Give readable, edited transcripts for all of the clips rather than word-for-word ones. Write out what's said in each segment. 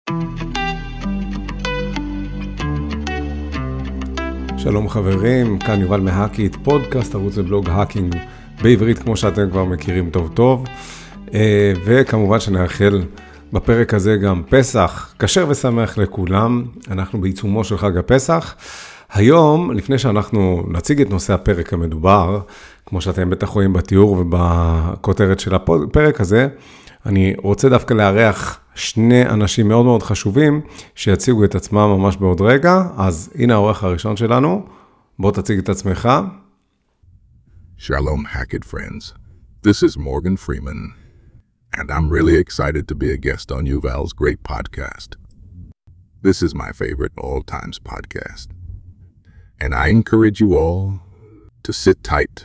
שלום חברים, כאן יובל מהאקיט, פודקאסט ערוץ ובלוג האקינג בעברית כמו שאתם כבר מכירים טוב טוב, וכמובן שנאחל בפרק הזה גם פסח, כשר ושמח לכולם. אנחנו בעיצומו של חג הפסח. היום, לפני שאנחנו נציג את נושא הפרק המדובר, כמו שאתם בטח רואים בתיאור ובכותרת של הפרק הזה, אני רוצה דווקא לארח שני אנשים מאוד מאוד חשובים שיציגו את עצמם ממש בעוד רגע. אז הנה האורח הראשון שלנו, בוא תציג את עצמך. Shalom Hackett friends, this is Morgan Freeman, and I'm really excited to be a guest on Yuval's great podcast. This is my favorite all times podcast, and I encourage you all to sit tight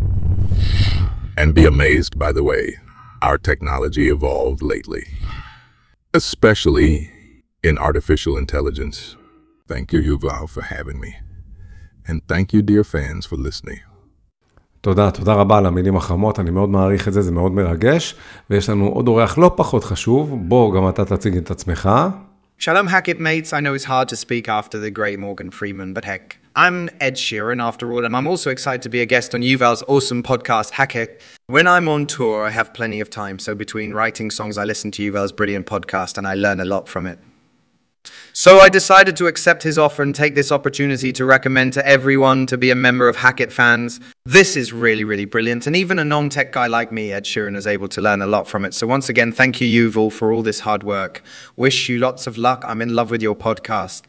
and be amazed by the way our technology evolved lately, especially in artificial intelligence. Thank you, Yuval, for having me. And thank you, dear fans, for listening. תודה רבה על המילים החמות, אני מאוד מעריך את זה, זה מאוד מרגש, ויש לנו עוד אורח לא פחות חשוב, בוא גם אתה תציג את עצמך. Shalom Hackett mates, I know it's hard to speak after the great Morgan Freeman, but heck, I'm Ed Sheeran after all, and I'm also excited to be a guest on Yuval's awesome podcast, Hackett. When I'm on tour, I have plenty of time, so between writing songs, I listen to Yuval's brilliant podcast, and I learn a lot from it. So I decided to accept his offer and take this opportunity to recommend to everyone to be a member of Hackett fans. This is really, really brilliant, and even a non-tech guy like me, Ed Sheeran, is able to learn a lot from it. So once again, thank you, Yuval, for all this hard work. Wish you lots of luck. I'm in love with your podcast.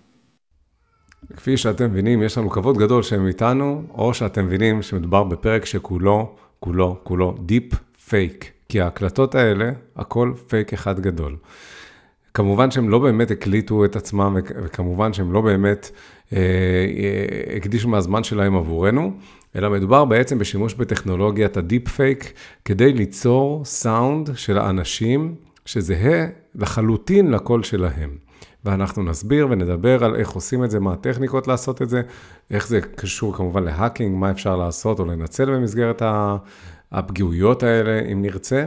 כפי שאתם מבינים, יש לנו כבוד גדול שהם איתנו, או שאתם מבינים שמדובר בפרק שכולו דיפ פייק, כי ההקלטות האלה, הכל פייק אחד גדול. כמובן שהם לא באמת הקליטו את עצמם, וכמובן שהם לא באמת הקדישו מהזמן שלהם עבורנו, אלא מדובר בעצם בשימוש בטכנולוגיית הדיפ פייק, כדי ליצור סאונד של האנשים שזהה לחלוטין לקול שלהם. ואנחנו נסביר ונדבר על איך עושים את זה, מה הטכניקות לעשות את זה, איך זה קשור כמובן להאקינג, מה אפשר לעשות או לנצל במסגרת הפגיעויות האלה, אם נרצה.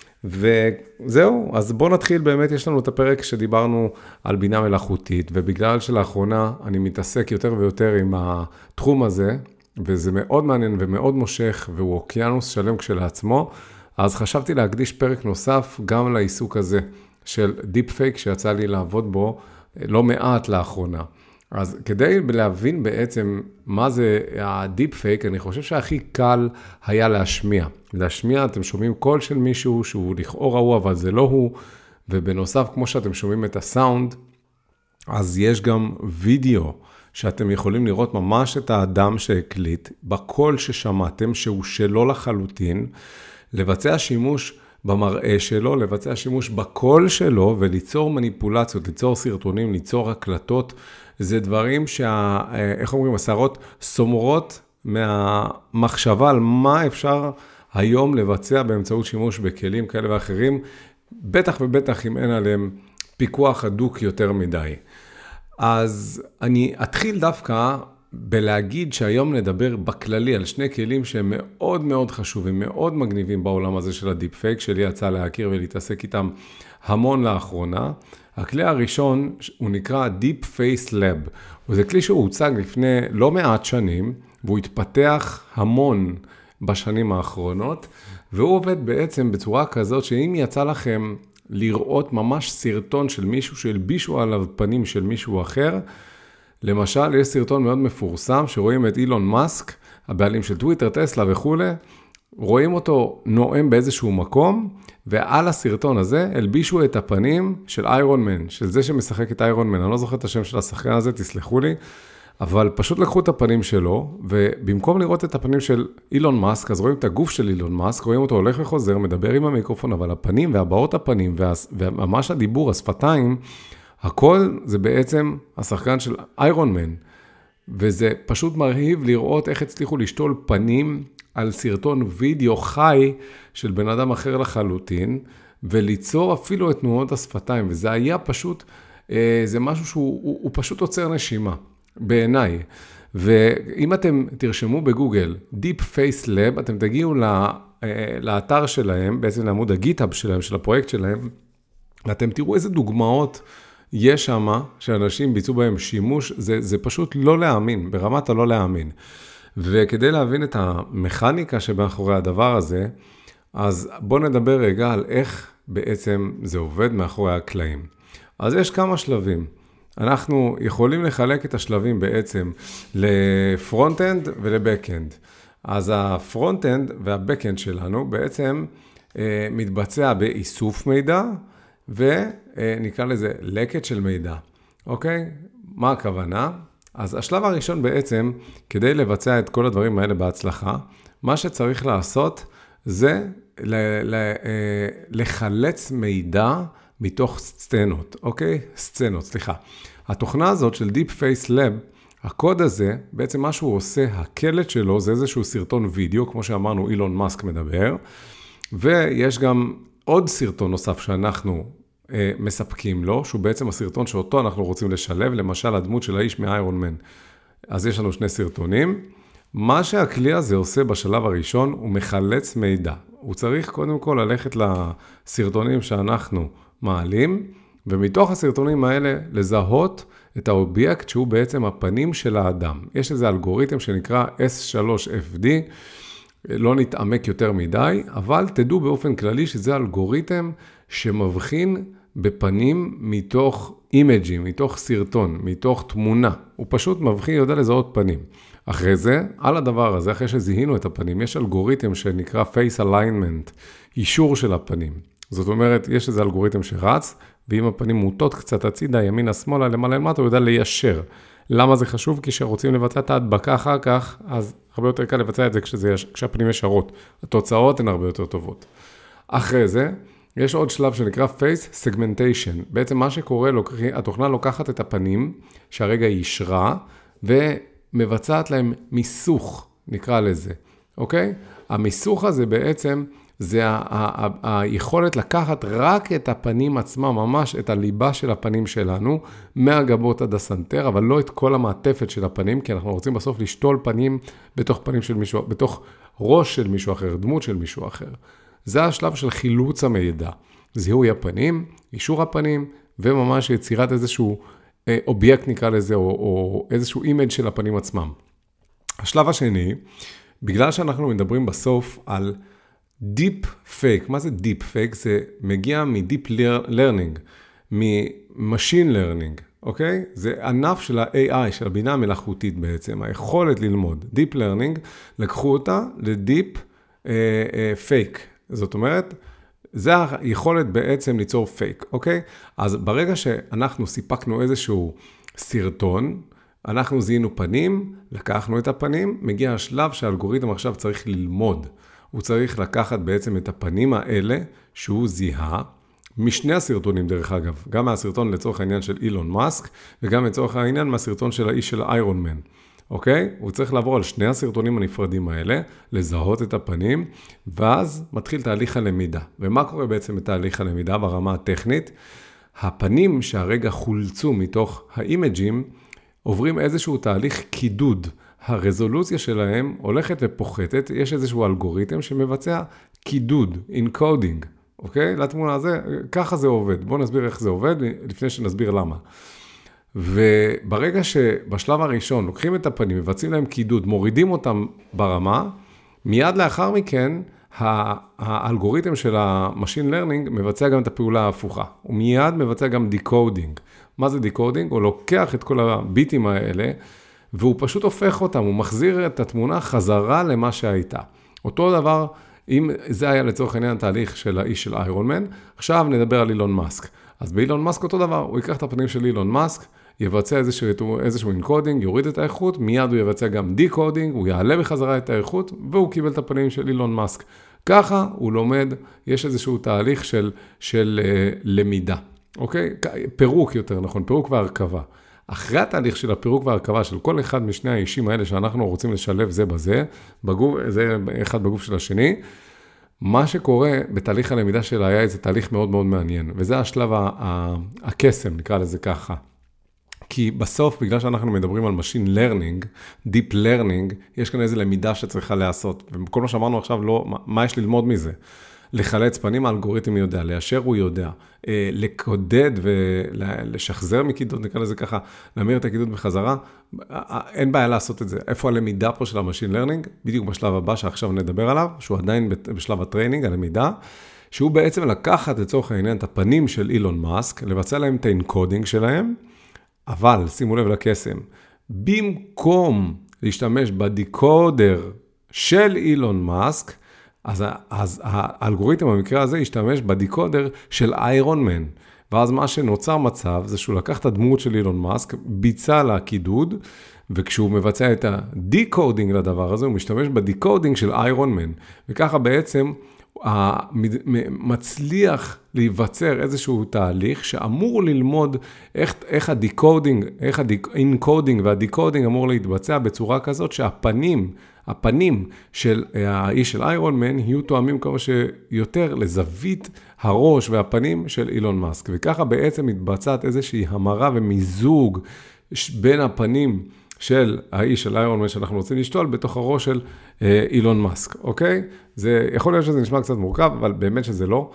וזהו, אז בואו נתחיל. באמת יש לנו את הפרק שדיברנו על בינה מלאכותית, ובגלל שלאחרונה אני מתעסק יותר ויותר עם התחום הזה, וזה מאוד מעניין ומאוד מושך, והוא אוקיינוס שלם כשלעצמו, אז חשבתי להקדיש פרק נוסף גם לעיסוק הזה של דיפ פייק שיצא לי לעבוד בו לא מעט לאחרונה. אז כדי להבין בעצם מה זה הדיפ פייק, אני חושב שהכי קל היה להשמיע, אתם שומעים קול של מישהו שהוא לכאורה הוא, אבל זה לא הוא, ובנוסף, כמו שאתם שומעים את הסאונד, אז יש גם וידאו, שאתם יכולים לראות ממש את האדם שהקליט, בקול ששמעתם, שהוא שלו לחלוטין, לבצע שימוש במראה שלו, לבצע שימוש בקול שלו, וליצור מניפולציות, ליצור סרטונים, ליצור הקלטות. זה דברים איך אומרים, השערות סומרות מהמחשבה על מה אפשר היום לבצע באמצעות שימוש בכלים כאלה ואחרים, בטח ובטח אם אין עליהם פיקוח הדוק יותר מדי. אז אני אתחיל דווקא בלהגיד שהיום נדבר בכללי על שני כלים שהם מאוד מאוד חשובים, מאוד מגניבים בעולם הזה של הדיפ פייק, שלי יצא להכיר ולהתעסק איתם המון לאחרונה. הכלי הראשון הוא נקרא Deep Face Lab, וזה כלי שהוא הוצג לפני לא מעט שנים, והוא התפתח המון בשנים האחרונות, והוא עובד בעצם בצורה כזאת שאם יצא לכם לראות ממש סרטון של מישהו שהלבישו עליו פנים של מישהו אחר, למשל, יש סרטון מאוד מפורסם שרואים את אילון מאסק, הבעלים של טוויטר, טסלה וכו', רואים אותו נואם באיזשהו מקום, ועל הסרטון הזה הלבישו את הפנים של איירון מן, של זה שמשחק את איירון מן. אני לא זוכר את השם של השחקן הזה, תסלחו לי, אבל פשוט לקחו את הפנים שלו, ובמקום לראות את הפנים של אילון מאסק, אז רואים את הגוף של אילון מאסק, רואים אותו הולך וחוזר, מדבר עם המיקרופון, אבל הפנים והבעות הפנים, וממש הדיבור, השפתיים, הכל זה בעצם השחקן של איירון מן, וזה פשוט מרהיב לראות איך הצליחו לשתול פנים על סרטון וידאו חי של בן אדם אחר לחלוטין, וליצור אפילו את תנועות השפתיים, וזה היה פשוט, זה משהו שהוא פשוט עוצר נשימה, בעיניי. ואם אתם תרשמו בגוגל Deep Face Lab, אתם תגיעו לאתר שלהם, בעצם לעמוד הגיטהאב שלהם, של הפרויקט שלהם, ואתם תראו איזה דוגמאות יש שמה שאנשים ביצעו בהם שימוש, זה פשוט לא להאמין, ברמת הלא להאמין. וכדי להבין את המכניקה שבאחורי הדבר הזה, אז בואו נדבר רגע על איך בעצם זה עובד מאחורי הקלעים. אז יש כמה שלבים. אנחנו יכולים לחלק את השלבים בעצם לפרונט-אנד ולבק-אנד. אז הפרונט-אנד והבק-אנד שלנו בעצם מתבצע באיסוף מידע, ונקרא לזה לקט של מידע. אוקיי? מה הכוונה? אז השלב הראשון בעצם, כדי לבצע את כל הדברים האלה בהצלחה, מה שצריך לעשות זה לחלץ מידע מתוך סצנות, אוקיי? סצנות, סליחה. התוכנה הזאת של Deep Face Lab, הקוד הזה, בעצם מה שהוא עושה, הקלט שלו, זה איזשהו סרטון וידאו, כמו שאמרנו, אילון מאסק מדבר, ויש גם עוד סרטון נוסף שאנחנו מספקים לו, שהוא בעצם הסרטון שאותו אנחנו רוצים לשלב, למשל הדמות של האיש מאיירון מן. אז יש לנו שני סרטונים. מה שהכלי הזה עושה בשלב הראשון, הוא מחלץ מידע. הוא צריך קודם כל ללכת לסרטונים שאנחנו מעלים, ומתוך הסרטונים האלה לזהות את האובייקט שהוא בעצם הפנים של האדם. יש איזה אלגוריתם שנקרא S3FD, לא נתעמק יותר מדי, אבל תדעו באופן כללי שזה אלגוריתם שמבחין בפנים מתוך אימג'ים, מתוך סרטון, מתוך תמונה. הוא פשוט מבחין, יודע לזהות פנים. אחרי זה, על הדבר הזה, אחרי שזיהינו את הפנים, יש אלגוריתם שנקרא Face Alignment, אישור של הפנים. זאת אומרת, יש איזה אלגוריתם שרץ, ואם הפנים מוטות קצת הצידה, ימינה, שמאלה, למעלה, למטה, הוא יודע ליישר. למה זה חשוב? כי כשרוצים לבצע את ההדבקה אחר כך, אז הרבה יותר קל לבצע את זה כשהפנים ישרות. התוצאות הן הרבה יותר טובות. אחרי זה, יש עוד שלב שנקרא Face Segmentation. בעצם מה שקורה, התוכנה לוקחת את הפנים שהרגע היא ישרה, ומבצעת להם מיסוך, נקרא לזה. אוקיי? המיסוך הזה בעצם, זה היכולת לקחת רק את הפנים עצמם, ממש את הליבה של הפנים שלנו, מהגבות עד הסנטר, אבל לא את כל המעטפת של הפנים, כי אנחנו רוצים בסוף לשתול פנים בתוך פנים של מישהו, בתוך ראש של מישהו אחר, דמות של מישהו אחר. זה השלב של חילוץ המידע, זיהוי הפנים, אישור הפנים, וממש יצירת איזשהו אובייקט נקרא לזה, או איזשהו אימג' של הפנים עצמם. השלב השני, בגלל שאנחנו מדברים בסוף על Deep Fake, מה זה Deep Fake? זה מגיע מ-Deep Learning, מ-Machine Learning, אוקיי? זה ענף של ה-AI, של הבינה המלאכותית בעצם, היכולת ללמוד. Deep Learning, לקחו אותה ל-Deep Fake, זאת אומרת, זה היכולת בעצם ליצור פייק, אוקיי? אז ברגע שאנחנו סיפקנו איזשהו סרטון, אנחנו זיהינו פנים, לקחנו את הפנים, מגיע השלב שהאלגוריתם עכשיו צריך ללמוד. הוא צריך לקחת בעצם את הפנים האלה שהוא זיהה, משני הסרטונים דרך אגב, גם מהסרטון לצורך העניין של אילון מאסק, וגם לצורך העניין מהסרטון של האיש של איירון מן. אוקיי? הוא צריך לעבור על שני הסרטונים הנפרדים האלה, לזהות את הפנים, ואז מתחיל תהליך הלמידה. ומה קורה בעצם בתהליך הלמידה ברמה הטכנית? הפנים שהרגע חולצו מתוך האימג'ים, עוברים איזשהו תהליך קידוד. הרזולוציה שלהם הולכת ופוחתת, יש איזשהו אלגוריתם שמבצע קידוד, encoding, אוקיי? לתמונה הזה, ככה זה עובד. בואו נסביר איך זה עובד, לפני שנסביר למה. וברגע שבשלב הראשון לוקחים את הפנים, מבצעים להם קידוד, מורידים אותם ברמה, מיד לאחר מכן, האלגוריתם של ה-Machine Learning מבצע גם את הפעולה ההפוכה. הוא מיד מבצע גם דיקודינג. מה זה דיקודינג? הוא לוקח את כל הביטים האלה, והוא פשוט הופך אותם, הוא מחזיר את התמונה חזרה למה שהייתה. אותו דבר, אם זה היה לצורך העניין התהליך של האיש של איירון מן, עכשיו נדבר על אילון מאסק. אז באילון מאסק אותו דבר, הוא ייקח את הפנים של אילון מאסק, יבצע איזשהו אינקודינג, יוריד את האיכות, מיד הוא יבצע גם דיקודינג, הוא יעלה בחזרה את האיכות, והוא קיבל את הפנים של אילון מאסק. ככה הוא לומד, יש איזשהו תהליך של למידה. אוקיי? פירוק יותר נכון, פירוק והרכבה. אחרי התהליך של הפירוק והרכבה של כל אחד משני האישים האלה שאנחנו רוצים לשלב זה בזה, זה אחד בגוף של השני, מה שקורה בתהליך הלמידה של ה-AI זה תהליך מאוד מאוד מעניין, וזה השלב הקסם, נקרא לזה ככה. כי בסוף, בגלל שאנחנו מדברים על Machine Learning, Deep Learning, יש כאן איזו למידה שצריכה לעשות, וכל מה שאמרנו עכשיו, לא, מה יש ללמוד מזה? לחלץ פנים, האלגוריתם יודע, לאשר הוא יודע, לקודד ולשחזר מקידוד, נקרא לזה ככה, להמיר את הקידוד בחזרה, אין בעיה לעשות את זה. איפה הלמידה פה של המשין לרנינג? בדיוק בשלב הבא שעכשיו נדבר עליו, שהוא עדיין בשלב הטריינינג, הלמידה, שהוא בעצם לקחת לצורך העניין את הפנים של אילון מאסק, לבצע להם את האנקודינג שלהם, אבל שימו לב לקסם, במקום להשתמש בדיקודר של אילון מאסק, אז האלגוריתם במקרה הזה ישתמש בדיקודר של איירון מן. ואז מה שנוצר מצב זה שהוא לקח את הדמות של אילון מאסק, ביצע לה קידוד, וכשהוא מבצע את הדיקודינג לדבר הזה, הוא משתמש בדיקודינג של איירון מן. וככה בעצם מצליח להיווצר איזשהו תהליך שאמור ללמוד איך הדיקודינג, איך האנקודינג והדיקודינג אמור להתבצע בצורה כזאת הפנים של האיש של איירון מן יהיו תואמים כמה שיותר לזווית הראש והפנים של אילון מאסק. וככה בעצם מתבצעת איזושהי המרה ומיזוג בין הפנים של האיש של איירון מן שאנחנו רוצים לשתול בתוך הראש של אילון מאסק, אוקיי? זה יכול להיות שזה נשמע קצת מורכב, אבל באמת שזה לא.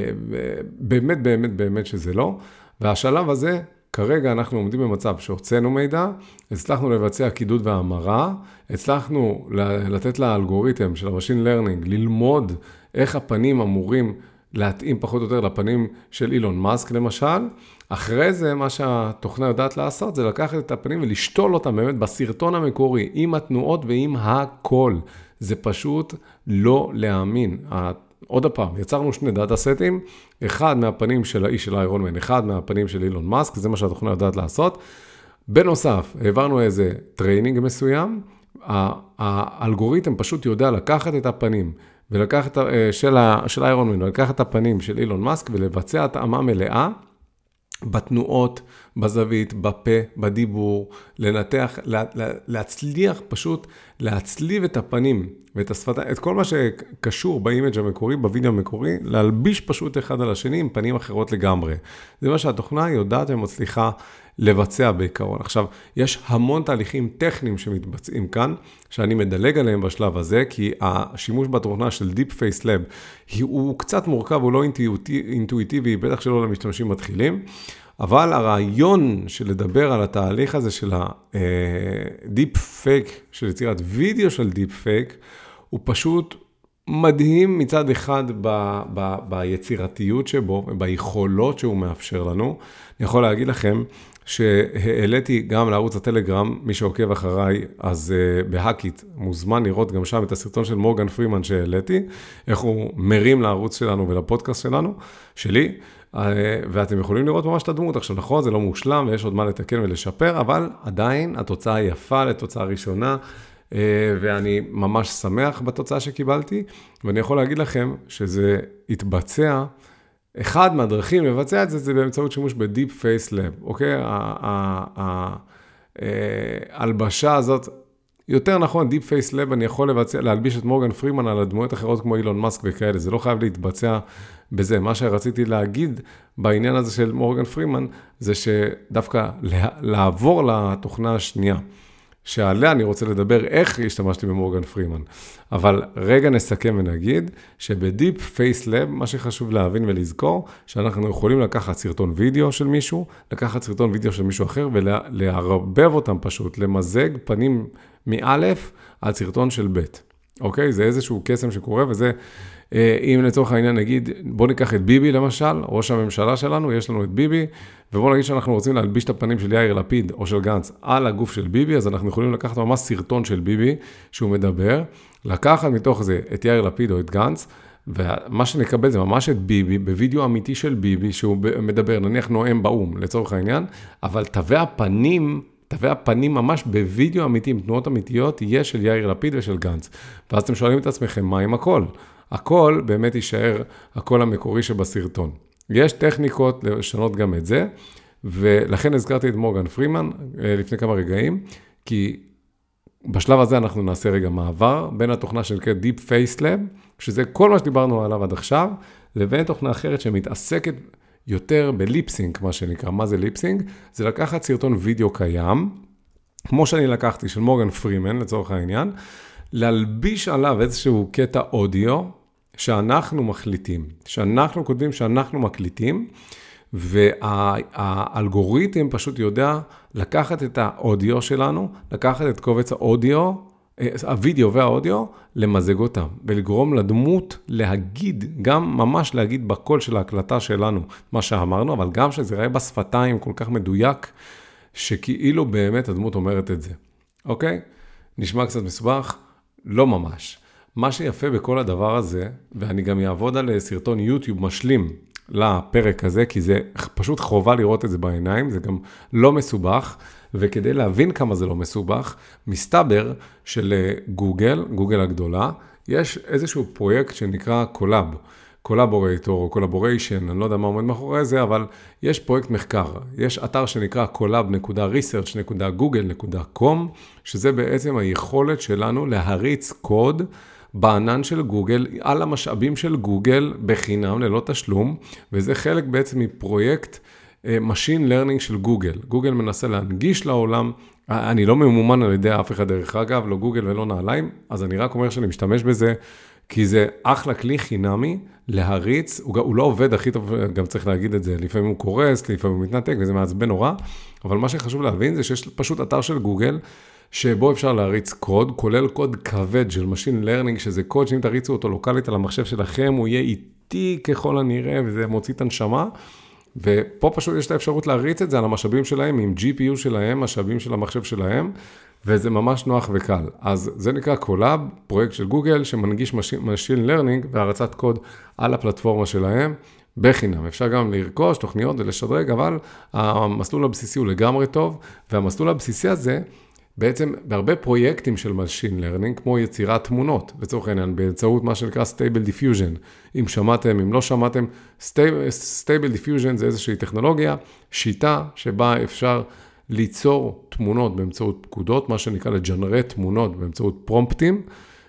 באמת שזה לא. והשלב הזה, כרגע אנחנו עומדים במצב שהוצאנו מידע, הצלחנו לבצע קידוד והמרה, הצלחנו לתת לאלגוריתם של המשין לרנינג ללמוד איך הפנים אמורים להתאים פחות או יותר לפנים של אילון מאסק למשל. אחרי זה מה שהתוכנה יודעת לעשות זה לקחת את הפנים ולשתול אותם באמת בסרטון המקורי עם התנועות ועם הכל. זה פשוט לא להאמין. עוד הפעם, יצרנו שני דאטה סטים, אחד מהפנים של האיש של איירון מן, אחד מהפנים של אילון מאסק, זה מה שהתוכנה יודעת לעשות. בנוסף, העברנו איזה טריינינג מסוים, האלגוריתם פשוט יודע לקחת את הפנים, ולקחת של איירון מן, ולקחת את הפנים של אילון מאסק, ולבצע התאמה מלאה, בתנועות, בזווית, בפה, בדיבור, לנתח, להצליח פשוט, להצליב את הפנים ואת השפתיים, את כל מה שקשור באימג' המקורי, בווידאו המקורי, להלביש פשוט אחד על השני עם פנים אחרות לגמרי. זה מה שהתוכנה יודעת ומצליחה לבצע בעיקרון. עכשיו, יש המון תהליכים טכניים שמתבצעים כאן, שאני מדלג עליהם בשלב הזה, כי השימוש בתוכנה של Deep Face Lab הוא קצת מורכב, הוא לא אינטואיטיבי, בטח שלא למשתמשים מתחילים, אבל הרעיון של לדבר על התהליך הזה של ה-Deep Fake, של יצירת וידאו של Deep Fake, הוא פשוט מדהים מצד אחד ביצירתיות שבו, ביכולות שהוא מאפשר לנו. אני יכול להגיד לכם שהעליתי גם לערוץ הטלגרם, מי שעוקב אחריי, אז בהאקיט מוזמן לראות גם שם את הסרטון של מורגן פרימן שהעליתי, איך הוא מרים לערוץ שלנו ולפודקאסט שלנו, שלי, ואתם יכולים לראות ממש את הדמות. עכשיו נכון, זה לא מושלם ויש עוד מה לתקן ולשפר, אבל עדיין התוצאה יפה לתוצאה ראשונה, ואני ממש שמח בתוצאה שקיבלתי, ואני יכול להגיד לכם שזה התבצע, אחד מהדרכים לבצע את זה, זה באמצעות שימוש ב-Deep Face Lab, אוקיי? ההלבשה הזאת, יותר נכון, Deep Face Lab, אני יכול להלביש את מורגן פרימן על הדמויות אחרות כמו אילון מאסק וכאלה, זה לא חייב להתבצע בזה. מה שרציתי להגיד בעניין הזה של מורגן פרימן, זה שדווקא לעבור לתוכנה השנייה, שעליה אני רוצה לדבר איך השתמשתי במורגן פרימן. אבל רגע נסכם ונגיד שבדיפ פייס לב, מה שחשוב להבין ולזכור, שאנחנו יכולים לקחת סרטון וידאו של מישהו, לקחת סרטון וידאו של מישהו אחר, ולערבב אותם פשוט, למזג פנים מאלף עד סרטון של בית. אוקיי? זה איזשהו קסם שקורה, וזה, אם לצורך העניין נגיד, בוא ניקח את ביבי למשל, ראש הממשלה שלנו, יש לנו את ביבי, ובוא נגיד שאנחנו רוצים להלביש את הפנים של יאיר לפיד או של גנץ על הגוף של ביבי, אז אנחנו יכולים לקחת ממש סרטון של ביבי שהוא מדבר, לקחת מתוך זה את יאיר לפיד או את גנץ, ומה שנקבל זה ממש את ביבי, בווידאו אמיתי של ביבי, שהוא מדבר, נניח נואם באום לצורך העניין, אבל תווי הפנים ממש בווידאו אמיתי, עם תנועות אמיתיות, יהיה של יאיר לפיד ושל גנץ. ואז אתם שואלים את עצמכם, מה עם הכל? הכל באמת יישאר הקול המקורי שבסרטון. יש טכניקות לשנות גם את זה, ולכן הזכרתי את מורגן פרימן לפני כמה רגעים, כי בשלב הזה אנחנו נעשה רגע מעבר בין התוכנה שנקראת Deep Face Lab, שזה כל מה שדיברנו עליו עד עכשיו, לבין תוכנה אחרת שמתעסקת יותר בליפסינג, מה שנקרא. מה זה ליפסינג? זה לקחת סרטון וידאו קיים, כמו שאני לקחתי של מורגן פרימן לצורך העניין, להלביש עליו איזשהו קטע אודיו, שאנחנו מחליטים, שאנחנו כותבים שאנחנו מקליטים, והאלגוריתם פשוט יודע לקחת את האודיו שלנו, לקחת את קובץ האודיו, הווידאו והאודיו, למזג אותם, ולגרום לדמות להגיד, גם ממש להגיד בקול של ההקלטה שלנו, מה שאמרנו, אבל גם שזה יראה בשפתיים כל כך מדויק, שכאילו באמת הדמות אומרת את זה. אוקיי? נשמע קצת מסובך? לא ממש. מה שיפה בכל הדבר הזה, ואני גם אעבוד על סרטון יוטיוב משלים לפרק הזה, כי זה פשוט חובה לראות את זה בעיניים, זה גם לא מסובך, וכדי להבין כמה זה לא מסובך, מסתבר גוגל הגדולה, יש איזשהו פרויקט שנקרא קולאבורייטור או קולאבוריישן, אני לא יודע מה עומד מאחורי זה, אבל יש פרויקט מחקר. יש אתר שנקרא collab.research.google.com, שזה בעצם היכולת שלנו להריץ קוד בענן של גוגל, על המשאבים של גוגל בחינם, ללא תשלום, וזה חלק בעצם מפרויקט Machine Learning של גוגל. גוגל מנסה להנגיש לעולם, אני לא ממומן על ידי אף אחד דרך אגב, לא גוגל ולא נעליים, אז אני רק אומר שאני משתמש בזה, כי זה אחלה כלי חינמי להריץ, הוא לא עובד הכי טוב, גם צריך להגיד את זה, לפעמים הוא קורס, לפעמים הוא מתנתק, וזה מעצבן נורא, אבל מה שחשוב להבין זה שיש פשוט אתר של גוגל, שבו אפשר להריץ קוד, כולל קוד כבד של Machine Learning, שזה קוד שאם תריצו אותו לוקלית על המחשב שלכם, הוא יהיה איטי ככל הנראה, וזה מוציא את הנשמה, ופה פשוט יש את האפשרות להריץ את זה על המשאבים שלהם, עם GPU שלהם, משאבים של המחשב שלהם, וזה ממש נוח וקל. אז זה נקרא קולאב, פרויקט של גוגל, שמנגיש Machine Learning והרצת קוד על הפלטפורמה שלהם, בחינם. אפשר גם לרכוש תוכניות ולשדרג, אבל המסלול הבסיסי הוא לגמרי טוב, והמסלול הבסיסי הזה, בעצם בהרבה פרויקטים של Machine Learning, כמו יצירת תמונות, לצורך העניין, באמצעות מה שנקרא Stable Diffusion. אם שמעתם, אם לא שמעתם, Stable Diffusion זה איזושהי טכנולוגיה, שיטה שבה אפשר ליצור תמונות באמצעות פקודות, מה שנקרא לג'נרט תמונות באמצעות פרומפטים,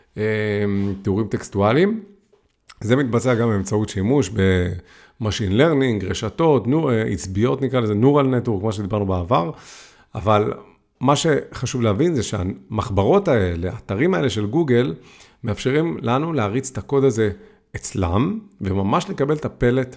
תיאורים טקסטואליים. זה מתבצע גם באמצעות שימוש ב-Machine Learning, רשתות, עצביות נקרא לזה, Neural Network, מה שדיברנו בעבר, אבל מה שחשוב להבין זה שהמחברות האלה, האתרים האלה של גוגל, מאפשרים לנו להריץ את הקוד הזה אצלם, וממש לקבל את הפלט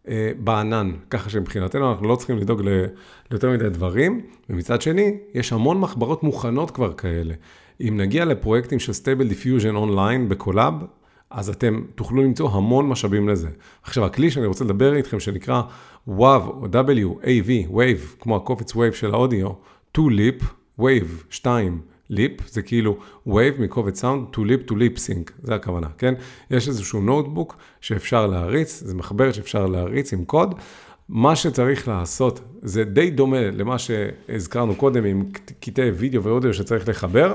בענן, ככה שמבחינתנו אנחנו לא צריכים לדאוג ליותר מדי דברים, ומצד שני, יש המון מחברות מוכנות כבר כאלה. אם נגיע לפרויקטים של Stable Diffusion אונליין בקולאב, אז אתם תוכלו למצוא המון משאבים לזה. עכשיו, הכלי שאני רוצה לדבר איתכם, שנקרא WAV או WAV, Wave, כמו הקופץ Wave של האודיו, to lip, wave, 2, lip, זה כאילו wave מקובץ sound, to lip, to lip sync, זה הכוונה, כן? יש איזשהו נוטבוק שאפשר להריץ, זה מחברת שאפשר להריץ עם קוד, מה שצריך לעשות, זה די דומה למה שהזכרנו קודם עם קטעי וידאו ואודיו שצריך לחבר,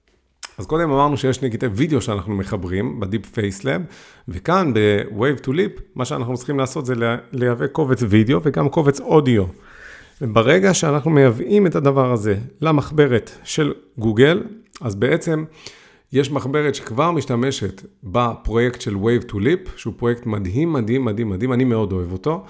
אז קודם אמרנו שיש שני קטעי וידאו שאנחנו מחברים בדיפ פייסלאב, וכאן ב-wave to lip, מה שאנחנו צריכים לעשות זה להיאבק קובץ וידאו וגם קובץ אודיו, וברגע שאנחנו מייבאים את הדבר הזה למחברת של גוגל, אז בעצם יש מחברת שכבר משתמשת בפרויקט של Wave to Lip, שהוא פרויקט מדהים, מדהים, מדהים, מדהים, אני מאוד אוהב אותו,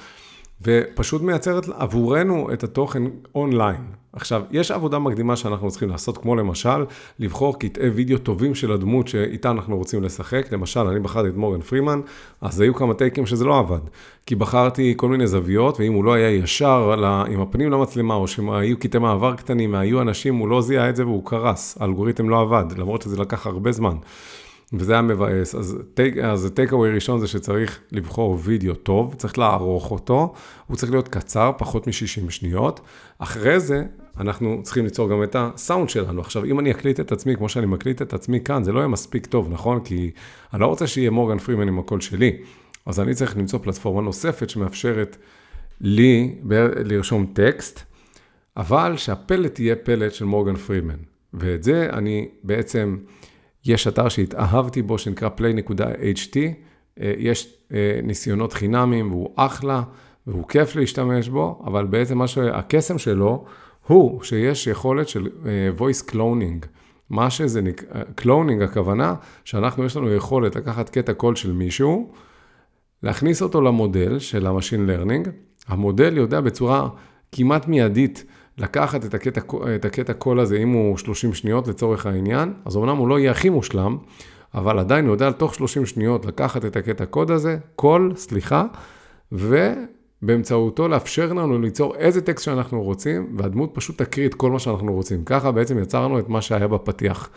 ופשוט מייצרת עבורנו את התוכן אונליין. עכשיו, יש עבודה מקדימה שאנחנו צריכים לעשות, כמו למשל, לבחור קטעי וידאו טובים של הדמות שאיתה אנחנו רוצים לשחק. למשל, אני בחרתי את מורגן פרימן, אז היו כמה טייקים שזה לא עבד. כי בחרתי כל מיני זוויות, ואם הוא לא היה ישר עם הפנים למצלמה, או שהיו קטעי מעבר קטנים, היו אנשים, הוא לא זיהה את זה והוא קרס. האלגוריתם לא עבד, למרות שזה לקח הרבה זמן. וזה היה מבאס. אז הטייק-אווי ראשון זה שצריך לבחור וידאו טוב, צריך לערוך אותו, הוא צריך להיות קצר, פחות מ-60 שניות. אחרי זה, אנחנו צריכים ליצור גם את הסאונד שלנו. עכשיו, אם אני אקליט את עצמי, כמו שאני מקליט את עצמי כאן, זה לא יהיה מספיק טוב, נכון? כי אני לא רוצה שיהיה מורגן פרימן עם הקול שלי. אז אני צריך למצוא פלטפורמה נוספת שמאפשרת לי לרשום טקסט, אבל שהפלט יהיה פלט של מורגן פרימן. ואת זה אני בעצם... יש אתר שהתאהבתי בו שנקרא play.ht, יש ניסיונות חינמים והוא אחלה והוא כיף להשתמש בו, אבל בעצם הקסם שלו הוא שיש יכולת של voice cloning. מה שזה cloning הכוונה שאנחנו יש לנו יכולת לקחת קטע קול של מישהו, להכניס אותו למודל של ה-machine learning, המודל יודע בצורה כמעט מיידית לקחת את הקטע קול הזה, אם הוא 30 שניות לצורך העניין, אז אומנם הוא לא יהיה הכי מושלם, אבל עדיין הוא יודע תוך 30 שניות לקחת את הקטע קוד הזה, ובאמצעותו לאפשר לנו ליצור איזה טקסט שאנחנו רוצים, והדמות פשוט תקריא את כל מה שאנחנו רוצים. ככה בעצם יצרנו את מה שהיה בפתיח,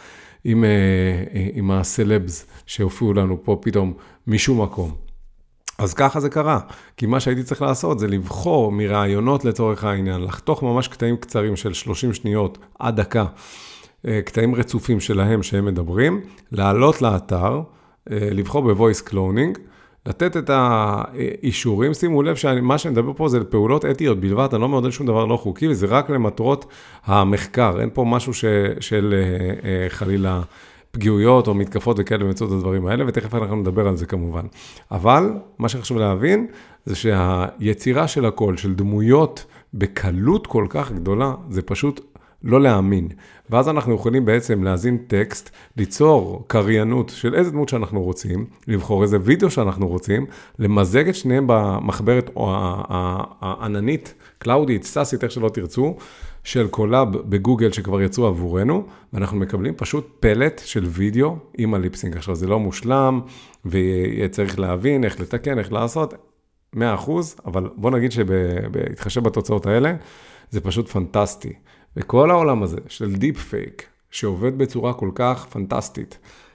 עם הסלבס שהופיעו לנו פה פתאום משום מקום. אז ככה זה קרה, כי מה שהייתי צריך לעשות זה לבחור מרעיונות לצורך העניין, לחתוך ממש קטעים קצרים של 30 שניות עד דקה, קטעים רצופים שלהם שהם מדברים, לעלות לאתר, לבחור ב-voice cloning, לתת את האישורים, שימו לב שמה שאני מדבר פה זה פעולות אתיות בלבד, אני לא מעודד שום דבר לא חוקי, וזה רק למטרות המחקר, אין פה משהו של חלילה פגיעויות או מתקפות וכאלה באמצעות הדברים האלה, ותכף אנחנו נדבר על זה כמובן. אבל מה שחשוב להבין, זה שהיצירה של הכל, של דמויות בקלות כל כך גדולה, זה פשוט לא להאמין. ואז אנחנו יכולים בעצם להזין טקסט, ליצור קריינות של איזה דמות שאנחנו רוצים, לבחור איזה וידאו שאנחנו רוצים, למזג את שניהם במחברת או העננית, קלאודית, סאסית, איך שלא תרצו, של קולאב בגוגל שכבר יצאו עבורנו, ואנחנו מקבלים פשוט פלט של וידאו עם הליפסינג. עכשיו זה לא מושלם, וצריך להבין איך לתקן, איך לעשות, 100%, אבל בוא נגיד שבהתחשב בתוצאות האלה, זה פשוט פנטסטי. וכל העולם הזה של דיפ פייק, שעובד בצורה כל כך פנטסטית,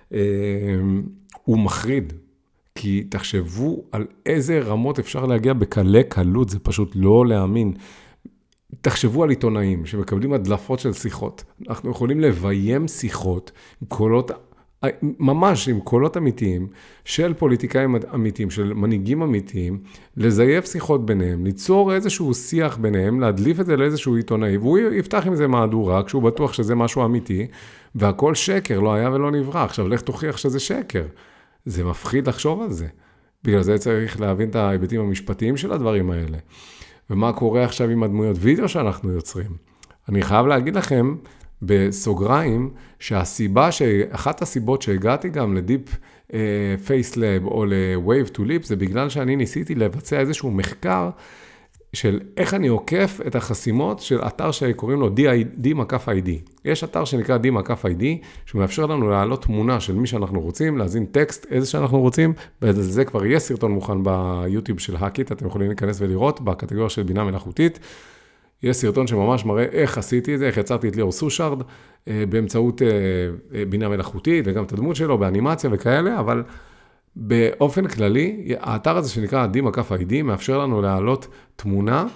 הוא מחריד. כי תחשבו על איזה רמות אפשר להגיע בקלי קלות, זה פשוט לא להאמין. תחשבו על עיתונאים שמקבלים הדלפות של שיחות. אנחנו יכולים לביים שיחות עם קולות, ממש עם קולות אמיתיים, של פוליטיקאים אמיתיים, של מנהיגים אמיתיים, לזייף שיחות ביניהם, ליצור איזשהו שיח ביניהם, להדליף את זה לאיזשהו עיתונאי, והוא יפתח עם זה מהדורה, כשהוא בטוח שזה משהו אמיתי, והכל שקר, לא היה ולא נברא. עכשיו, לך תוכיח שזה שקר. זה מפחיד לחשוב על זה. בגלל זה צריך להבין את ההיבטים המשפטיים של הדברים האלה. ומה קורה עכשיו עם הדמויות וידאו שאנחנו יוצרים. אני חייב להגיד לכם, בסוגריים, אחת הסיבות שהגעתי גם לדיפ פייסלאב או ל-Wave to Lip, זה בגלל שאני ניסיתי לבצע איזשהו מחקר של איך אני עוקף את החסימות של אתר שקוראים לו D-ID. יש אתר שנקרא D-ID, שהוא מאפשר לנו להעלות תמונה של מי שאנחנו רוצים, להזין טקסט איזה שאנחנו רוצים, וזה כבר יהיה סרטון מוכן ביוטיוב של האקיט, אתם יכולים להיכנס ולראות בקטגוריה של בינה מלאכותית. יש סרטון שממש מראה איך עשיתי את זה, איך יצרתי את ליאור סושארד, באמצעות בינה מלאכותית, וגם את הדמות שלו באנימציה וכאלה, אבל באופן כללי, האתר הזה שנקרא D-ID מאפשר לנו להעלות תמונה,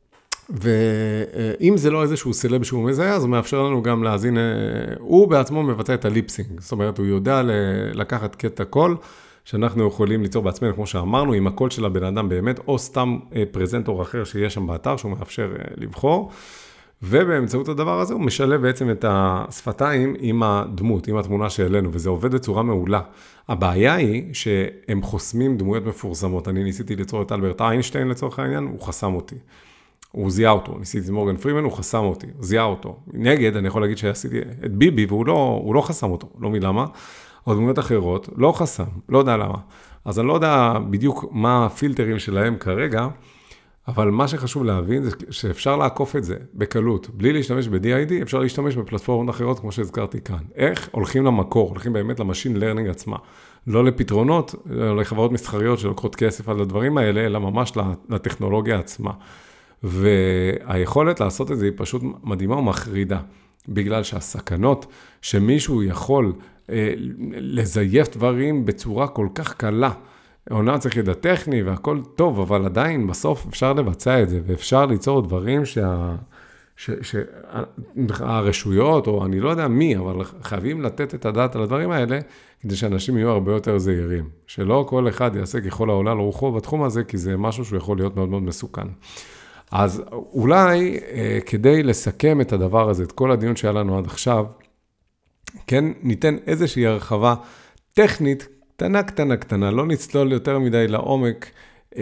ואם זה לא איזשהו סלב שהוא מזהה, אז הוא מאפשר לנו גם להזין, הוא בעצמו מבצע את הליפסינג, זאת אומרת, הוא יודע לקחת קטע קול, שאנחנו יכולים ליצור בעצמנו, כמו שאמרנו, עם הקול של הבן אדם באמת, או סתם פרזנטור אחר שיש שם באתר, שהוא מאפשר לבחור, ובאמצעות הדבר הזה הוא משלב בעצם את השפתיים עם הדמות, עם התמונה שאלינו, וזה עובד בצורה מעולה. הבעיה היא שהם חוסמים דמויות מפורסמות. אני ניסיתי ליצור את אלברט איינשטיין לצורך העניין, הוא חסם אותי. הוא זיהה אותו. ניסיתי את מורגן פרימן, הוא חסם אותי, הוא זיהה אותו. נגד, אני יכול להגיד שעשיתי את ביבי, והוא לא חסם אותו, לא מלמה. או דמויות אחרות, לא חסם, לא יודע למה. אז אני לא יודע בדיוק מה הפילטרים שלהם כרגע, אבל מה שחשוב להבין זה שאפשר לעקוף את זה בקלות. בלי להשתמש ב-D-ID, אפשר להשתמש בפלטפורמות אחרות, כמו שהזכרתי כאן. איך? הולכים למקור, הולכים באמת למשין לרנינג עצמה. לא לפתרונות, לא לחברות מסחריות שלוקחות כסף על הדברים האלה, אלא ממש לטכנולוגיה עצמה. והיכולת לעשות את זה היא פשוט מדהימה ומחרידה, בגלל שהסכנות שמישהו יכול לזייף דברים בצורה כל כך קלה, אומנם צריך ידע טכני והכל טוב, אבל עדיין בסוף אפשר לבצע את זה, ואפשר ליצור דברים שהרשויות, או אני לא יודע מי, אבל חייבים לתת את הדעת על הדברים האלה, כדי שאנשים יהיו הרבה יותר זהירים. שלא כל אחד יעשה ככל העולה לרוחו בתחום הזה, כי זה משהו שהוא יכול להיות מאוד מאוד מסוכן. אז אולי כדי לסכם את הדבר הזה, את כל הדיון שהיה לנו עד עכשיו, כן, ניתן איזושהי הרחבה טכנית, קטנה, לא נצלול יותר מדי לעומק,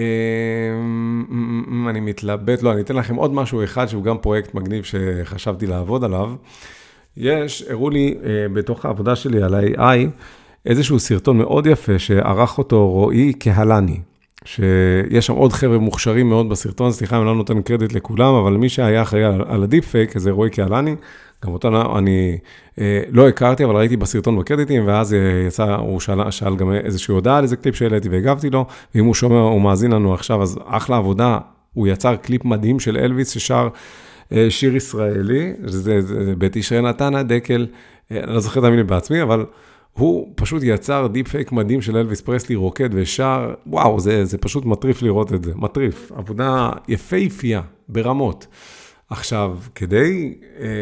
אני מתלבט, אני אתן לכם עוד משהו אחד, שהוא גם פרויקט מגניב שחשבתי לעבוד עליו. הראו לי בתוך העבודה שלי על ה-AI, איזשהו סרטון מאוד יפה, שערך אותו רועי קהלני, שיש שם עוד חבר'ה מוכשרים מאוד בסרטון, סליחה אם לא נותן קרדיט לכולם, אבל מי שהיה אחראי על הדיפ פייק, זה רועי קהלני, גם אותנו אני לא הכרתי, אבל ראיתי בסרטון בקרדיטים, ואז יצא, הוא שאל גם איזושהי הודעה על איזה קליפ שהעליתי והגבתי לו, ואם הוא שומע, הוא מאזין לנו עכשיו, אז אחלה עבודה, הוא יצר קליפ מדהים של אלוויס ששר שיר ישראלי, זה בית ישראל נתן הדקל, אני לא זוכר את המילים בעצמי, אבל הוא פשוט יצר דיפ פייק מדהים של אלוויס פרסלי רוקד ושר, וואו, זה פשוט מטריף לראות את זה, מטריף, עבודה יפהפייה ברמות. עכשיו, כדי,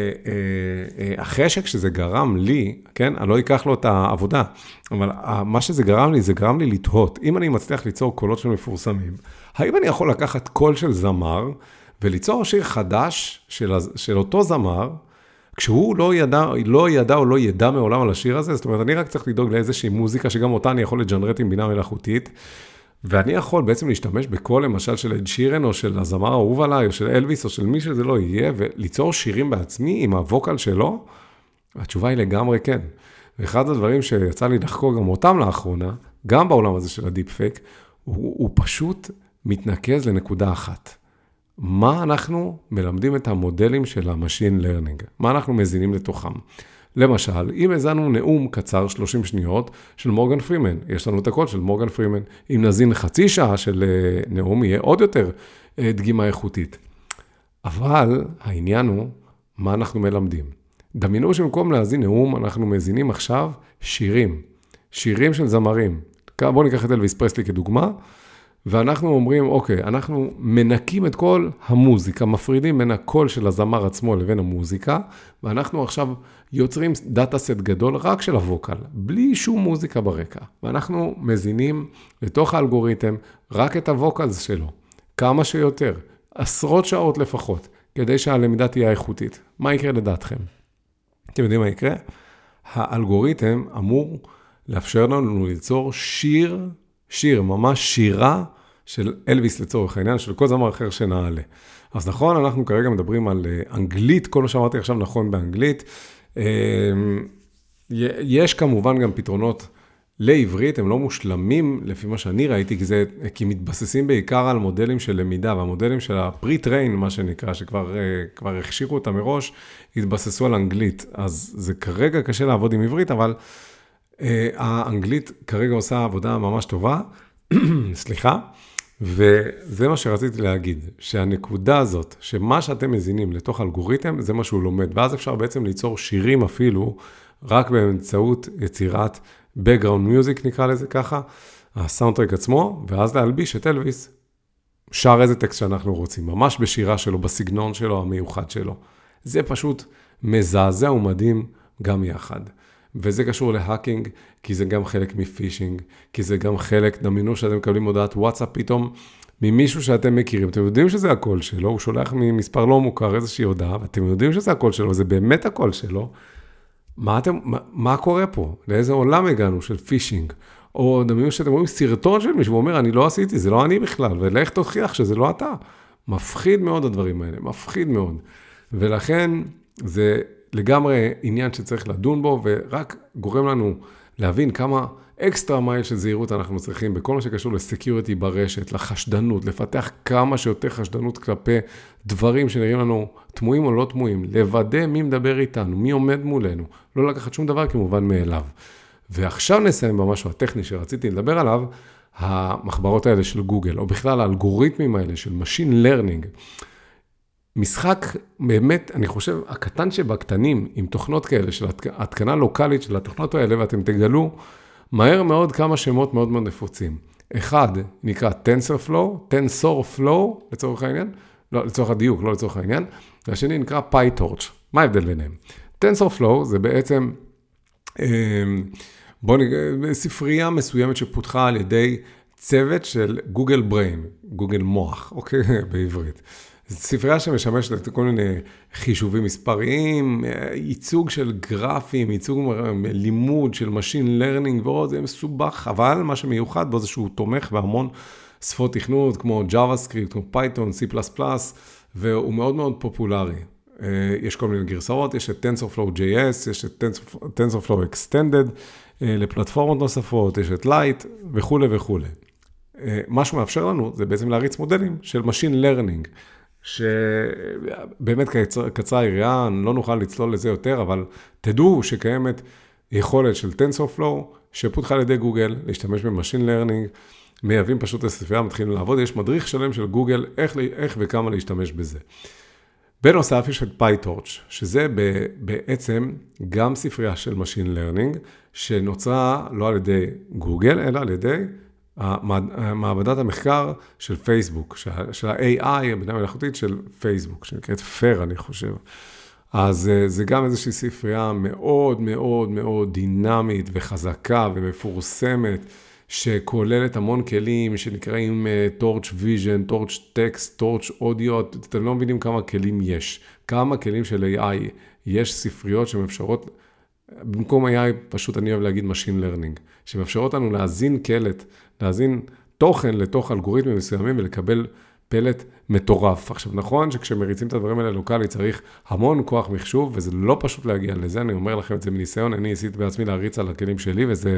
החשק שזה גרם לי, כן, אני לא אקח לו את העבודה, אבל מה שזה גרם לי, זה גרם לי לתהות. אם אני מצליח ליצור קולות של מפורסמים, האם אני יכול לקחת קול של זמר, וליצור שיר חדש של אותו זמר, כשהוא לא ידע או לא ידע מעולם על השיר הזה, זאת אומרת, אני רק צריך לדאוג לאיזושהי מוזיקה, שגם אותה אני יכול לג'נרט עם בינה מלאכותית, ואני יכול בעצם להשתמש בקול, למשל של אד שירן, או של הזמר האהוב עליי, או של אלוויס, או של מי שזה לא יהיה, וליצור שירים בעצמי עם הווקל שלו, התשובה היא לגמרי כן. ואחד הדברים שיצא לי לחקור גם אותם לאחרונה, גם בעולם הזה של הדיפ פייק, הוא פשוט מתנקז לנקודה אחת. מה אנחנו מלמדים את המודלים של המשין לרנינג? מה אנחנו מזינים לתוכם? למשל, אם הזנו נאום קצר 30 שניות של מורגן פרימן, יש לנו את הקול של מורגן פרימן, אם נזין חצי שעה של נאום, יהיה עוד יותר דגימה איכותית. אבל העניין הוא, מה אנחנו מלמדים? דמיינו שבמקום להזין נאום, אנחנו מזינים עכשיו שירים של זמרים. בואו ניקח את אלוויס פרסלי כדוגמה, ואנחנו אומרים, אוקיי, אנחנו מנקים את כל המוזיקה, מפרידים בין הקול של הזמר עצמו לבין המוזיקה, ואנחנו עכשיו יוצרים דאטה סט גדול רק של הווקל, בלי שום מוזיקה ברקע. ואנחנו מזינים לתוך האלגוריתם רק את הווקלס שלו, כמה שיותר, עשרות שעות לפחות, כדי שהלמידה תהיה איכותית. מה יקרה לדעתכם? אתם יודעים מה יקרה? האלגוריתם אמור לאפשר לנו ליצור שיר, ממש שירה של אלוויס לצורך העניין, של כל זמר אחר שנעלה. אז נכון, אנחנו כרגע מדברים על אנגלית, כל מה שאמרתי עכשיו נכון באנגלית. יש כמובן גם פתרונות לעברית, הם לא מושלמים לפי מה שאני ראיתי, כי מתבססים בעיקר על מודלים של למידה, והמודלים של הפרי-טריין, מה שנקרא, שכבר הכשירו אותם מראש, התבססו על אנגלית. אז זה כרגע קשה לעבוד עם עברית, אבל האנגלית כרגע עושה עבודה ממש טובה, סליחה, וזה מה שרציתי להגיד, שהנקודה הזאת, שמה שאתם מזינים לתוך אלגוריתם, זה מה שהוא לומד, ואז אפשר בעצם ליצור שירים אפילו, רק באמצעות יצירת background music, נקרא לזה ככה, הסאונדטרק עצמו, ואז להלביש את אלוויס, שר איזה טקסט שאנחנו רוצים, ממש בשירה שלו, בסגנון שלו, המיוחד שלו. זה פשוט מזעזע ומדהים גם יחד. וזה קשור להאקינג, כי זה גם חלק מפישינג, כי זה גם חלק, דמיינו שאתם מקבלים הודעת וואטסאפ פתאום, ממישהו שאתם מכירים, אתם יודעים שזה הקול שלו, הוא שולח ממספר לא מוכר איזושהי הודעה, ואתם יודעים שזה הקול שלו, זה באמת הקול שלו, מה קורה פה? לאיזה עולם הגענו של פישינג? או דמיינו שאתם רואים סרטון של מישהו, ואומר, אני לא עשיתי, זה לא אני בכלל, ולך תוכיח שזה לא אתה. מפחיד מאוד הדברים האלה, מפחיד מאוד. ולכן זה לגמרי עניין שצריך לדון בו, ורק גורם לנו להבין כמה אקסטרה מייל של זהירות אנחנו צריכים, בכל מה שקשור לסקיוריטי ברשת, לחשדנות, לפתח כמה שיותר חשדנות כלפי דברים שנראים לנו תמוהים או לא תמוהים, לוודא מי מדבר איתנו, מי עומד מולנו, לא לקחת שום דבר כמובן מאליו. ועכשיו נסיים במשהו הטכני שרציתי לדבר עליו, המחברות האלה של גוגל, או בכלל האלגוריתמים האלה של Machine Learning, משחק באמת, אני חושב, הקטן שבקטנים, עם תוכנות כאלה, של התקנה לוקלית של התוכנות האלה, ואתם תגלו מהר מאוד כמה שמות מאוד מאוד נפוצים. אחד נקרא TensorFlow, לצורך העניין, לא, לצורך הדיוק, לא לצורך העניין, והשני נקרא PyTorch. מה ההבדל ביניהם? TensorFlow זה בעצם, ספרייה מסוימת שפותחה על ידי צוות של גוגל בריין, גוגל מוח, אוקיי, בעברית. זו ספרייה שמשמשת לכל מיני חישובים מספריים, ייצוג של גרפים, ייצוג לימוד של Machine Learning ועוד, זה מסובך, אבל מה שמיוחד בו זה שהוא תומך בהמון שפות תכנות, כמו JavaScript, כמו Python, C++, והוא מאוד מאוד פופולרי. יש כל מיני גרסאות, יש את TensorFlow.js, יש את TensorFlow Extended, לפלטפורמות נוספות, יש את Lite וכו' וכו'. מה שמאפשר לנו זה בעצם להריץ מודלים של Machine Learning, שבאמת קצרה היריעה, לא נוכל לצלול לזה יותר, אבל תדעו שקיימת יכולת של TensorFlow, שפותחה על ידי גוגל, להשתמש במשין לרנינג, מייבאים פשוט הספרייה, מתחילים לעבוד, יש מדריך שלם של גוגל, איך וכמה להשתמש בזה. בנוסף יש את PyTorch, שזה בעצם גם ספרייה של Machine Learning, שנוצרה לא על ידי גוגל, אלא על ידי מעבדת המחקר של פייסבוק, של ה-AI, הבינה מלאכותית של פייסבוק, שנקראת FAIR, אני חושב. אז זה גם איזושהי ספרייה מאוד מאוד מאוד דינמית וחזקה ומפורסמת, שכוללת המון כלים שנקראים Torch Vision, Torch Text, Torch Audio, אתם לא מבינים כמה כלים יש, כמה כלים של AI, יש ספריות שמאפשרות, במקום AI פשוט אני אוהב להגיד Machine Learning, שמאפשרות לנו להזין קלט, להזין תוכן לתוך אלגוריתמים מסוימים ולקבל פלט מטורף. עכשיו נכון שכשמריצים את הדברים האלה לוקלי צריך המון כוח מחשוב, וזה לא פשוט להגיע לזה, אני אומר לכם את זה מניסיון, אני ניסיתי בעצמי להריץ על הכלים שלי, וזה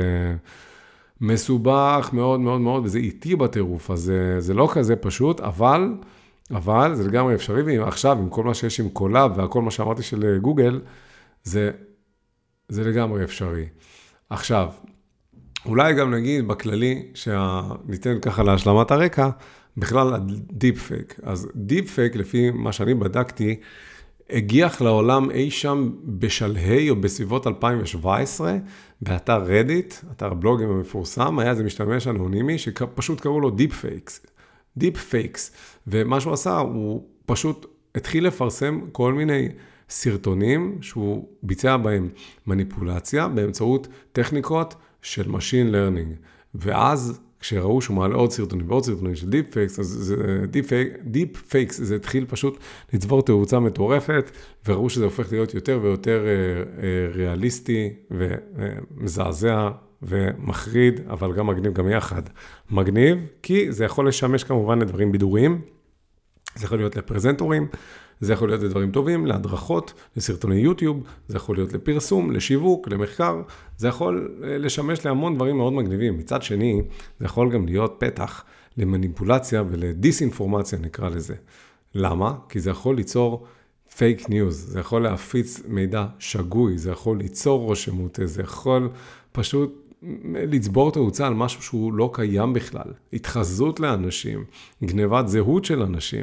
מסובך מאוד מאוד מאוד, וזה איטי בטירוף, אז זה לא כזה פשוט, אבל זה לגמרי אפשרי, ועכשיו עם כל מה שיש עם קולאב, והכל מה שאמרתי של גוגל, זה לגמרי אפשרי. עכשיו, אולי גם נגיד בכללי, שניתן ככה להשלמת הרקע, בכלל הדיפ פייק. אז דיפ פייק, לפי מה שאני בדקתי, הגיח לעולם אי שם בשלהי או בסביבות 2017, באתר רדיט, אתר הבלוגים המפורסם, היה איזה משתמש אנונימי, שפשוט קראו לו דיפ פייקס. דיפ פייקס. ומה שהוא עשה, הוא פשוט התחיל לפרסם כל מיני סרטונים, שהוא ביצע בהם מניפולציה, באמצעות טכניקות של Machine Learning. ואז כשראו שהוא מעלה עוד סרטונים ועוד סרטונים של דיפ פייקס, אז דיפ פייקס זה התחיל פשוט לצבור תאוצה מטורפת, וראו שזה הופך להיות יותר ויותר ריאליסטי ומזעזע ומחריד, אבל גם מגניב גם יחד. מגניב כי זה יכול לשמש כמובן לדברים בידוריים, זה יכול להיות לפרזנטורים, זה יכול להיות לדברים טובים, להדרכות, לסרטוני יוטיוב, זה יכול להיות לפרסום, לשיווק, למחקר, זה יכול לשמש להמון דברים מאוד מגניבים. מצד שני, זה יכול גם להיות פתח למניפולציה ולדיסאינפורמציה נקרא לזה. למה? כי זה יכול ליצור פייק ניוז, זה יכול להפיץ מידע שגוי, זה יכול ליצור רושמות, זה יכול פשוט לצבור תאוצה על משהו שהוא לא קיים בכלל. התחזות לאנשים, גנבת זהות של אנשים,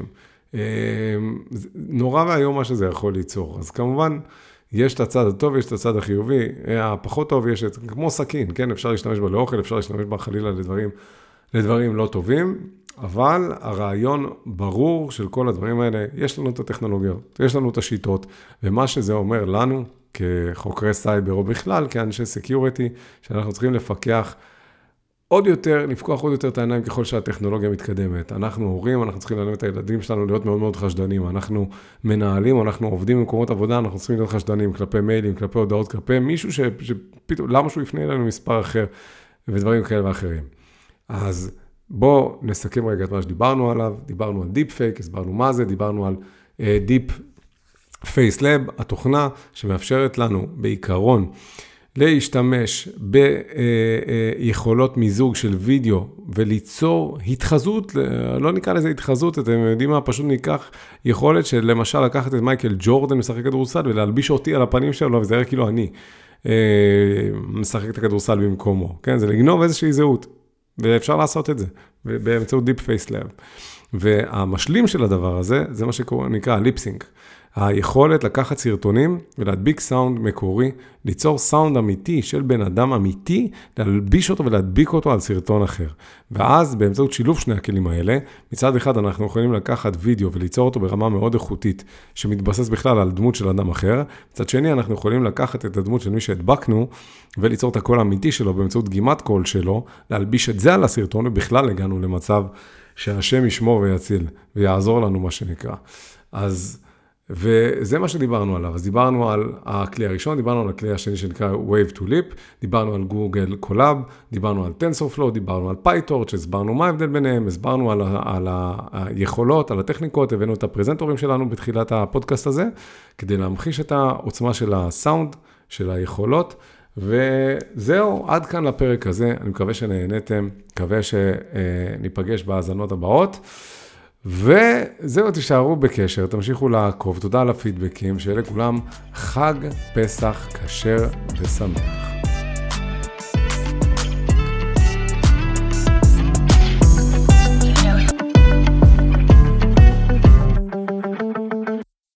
נורא והיום מה שזה יכול ליצור. אז כמובן, יש את הצד הטוב, יש את הצד החיובי, הפחות טוב יש את, כמו סכין, כן? אפשר להשתמש בה לאוכל, אפשר להשתמש בה חלילה לדברים לא טובים, אבל הרעיון ברור של כל הדברים האלה, יש לנו את הטכנולוגיות, יש לנו את השיטות, ומה שזה אומר לנו, כחוקרי סייבר או בכלל, כאנשי סקיוריטי, שאנחנו צריכים לפקח עוד יותר, לפקוח עוד יותר את העיניים ככל שהטכנולוגיה מתקדמת. אנחנו הורים, אנחנו צריכים ללמד את הילדים שלנו להיות מאוד מאוד חשדנים. אנחנו מנהלים, אנחנו עובדים במקומות עבודה, אנחנו צריכים להיות חשדנים כלפי מיילים, כלפי הודעות, כלפי מישהו שפתאום, למה שהוא יפנה אלינו מספר אחר, ודברים כאלה ואחרים. אז בואו נסכם רגע את מה שדיברנו עליו. דיברנו על דיפ פייק, הסברנו מה זה, דיברנו על דיפ פייס לב, התוכנה שמאפשרת לנו בעיקרון להשתמש ביכולות מיזוג של וידאו וליצור התחזות, לא נקרא לזה התחזות, אתם יודעים מה, פשוט ניקח יכולת של למשל לקחת את מייקל ג'ורדן משחק כדורסל ולהלביש אותי על הפנים שלו, וזה היה כאילו אני משחק את הכדורסל במקומו, כן? זה לגנוב איזושהי זהות, ואפשר לעשות את זה באמצעות דיפ פייס לב. והמשלים של הדבר הזה, זה מה שנקרא ליפסינק. היכולת לקחת סרטונים ולהדביק סאונד מקורי, ליצור סאונד אמיתי של בן אדם אמיתי, להלביש אותו ולהדביק אותו על סרטון אחר. ואז באמצעות שילוב שני הכלים האלה, מצד אחד אנחנו יכולים לקחת וידאו וליצור אותו ברמה מאוד איכותית, שמתבסס בכלל על דמות של אדם אחר. מצד שני אנחנו יכולים לקחת את הדמות של מי שהדבקנו, וליצור את הקול האמיתי שלו באמצעות דגימת קול שלו, להלביש את זה על הסרטון, ובכלל הגענו למצב שהשם ישמור ויציל, ויעזור לנו מה שנקרא. וזה מה שדיברנו עליו. אז דיברנו על הכלי הראשון, דיברנו על הכלי השני שנקרא Wave to Lip, דיברנו על גוגל קולאב, דיברנו על TensorFlow, דיברנו על PyTorch, הסברנו מה ההבדל ביניהם, הסברנו על היכולות, על הטכניקות, הבאנו את הפרזנטורים שלנו בתחילת הפודקאסט הזה, כדי להמחיש את העוצמה של הסאונד, של היכולות, וזהו, עד כאן לפרק הזה. אני מקווה שנהנתם, מקווה שניפגש בהאזנות הבאות, וזהו, תישארו בקשר, תמשיכו לעקוב, תודה על הפידבקים, שיהיה לכולם חג פסח כשר ושמח.